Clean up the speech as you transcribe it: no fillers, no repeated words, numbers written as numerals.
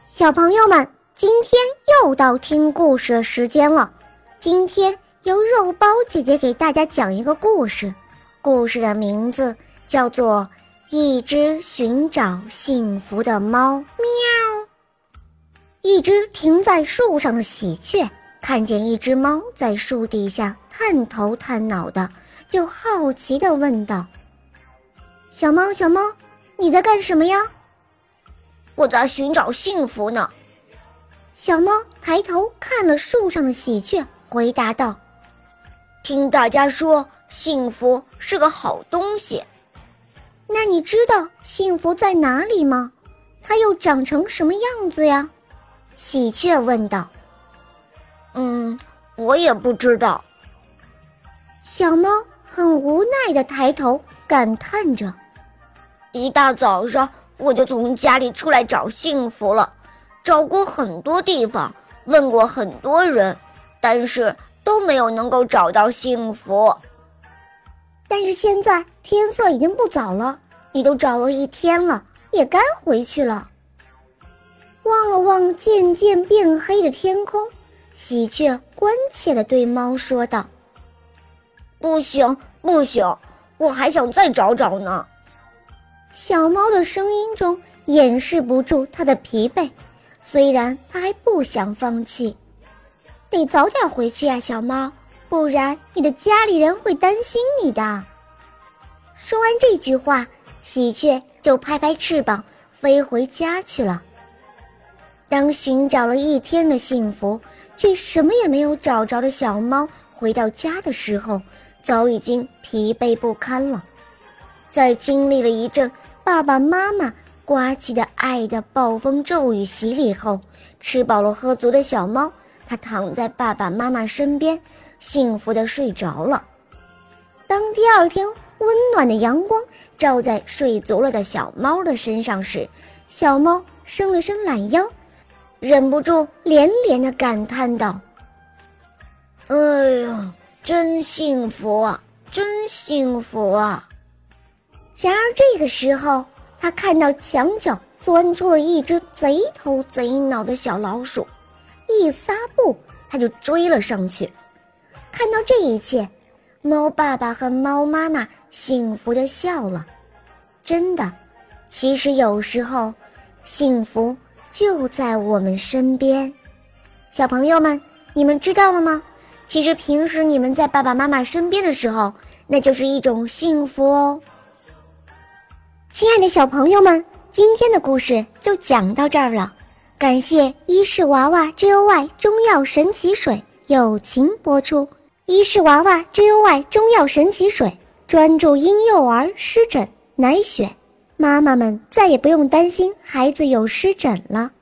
小朋友们，今天又到听故事的时间了。今天由肉包姐姐给大家讲一个故事，故事的名字叫做《一只寻找幸福的猫》。喵！一只停在树上的喜鹊看见一只猫在树底下探头探脑的，就好奇地问道：小猫，小猫，你在干什么呀？ 我在寻找幸福呢。 小猫抬头看了树上的喜鹊，回答道： 听大家说幸福是个好东西。 那你知道幸福在哪里吗？它又长成什么样子呀？喜鹊问道。 我也不知道。 小猫很无奈地抬头感叹着， 一大早上我就从家里出来找幸福了，找过很多地方，问过很多人，但是都没有能够找到幸福。 但是现在天色已经不早了，你都找了一天了，也该回去了。望了望渐渐变黑的天空，喜鹊关切地对猫说道： 不行，不行，我还想再找找呢。 小猫的声音中掩饰不住它的疲惫，虽然它还不想放弃。得早点回去呀，小猫，不然你的家里人会担心你的。说完这句话，喜鹊就拍拍翅膀飞回家去了。当寻找了一天的幸福却什么也没有找着的小猫回到家的时候，早已经疲惫不堪了。在经历了一阵爸爸妈妈刮起的爱的暴风骤雨洗礼后，吃饱了喝足的小猫，它躺在爸爸妈妈身边，幸福地睡着了。当第二天温暖的阳光照在睡足了的小猫的身上时，小猫伸了伸懒腰，忍不住连连地感叹道： 哎呀，真幸福啊，真幸福啊。 然而这个时候，他看到墙角钻出了一只贼头贼脑的小老鼠，一撒步他就追了上去。看到这一切，猫爸爸和猫妈妈幸福地笑了。真的，其实有时候幸福就在我们身边。小朋友们，你们知道了吗？其实平时你们在爸爸妈妈身边的时候，那就是一种幸福哦。亲爱的小朋友们，今天的故事就讲到这儿了。感谢伊氏娃娃 JOY 中药神奇水友情播出。伊氏娃娃 JOY 中药神奇水专注婴幼儿湿疹奶癣，妈妈们再也不用担心孩子有湿疹了。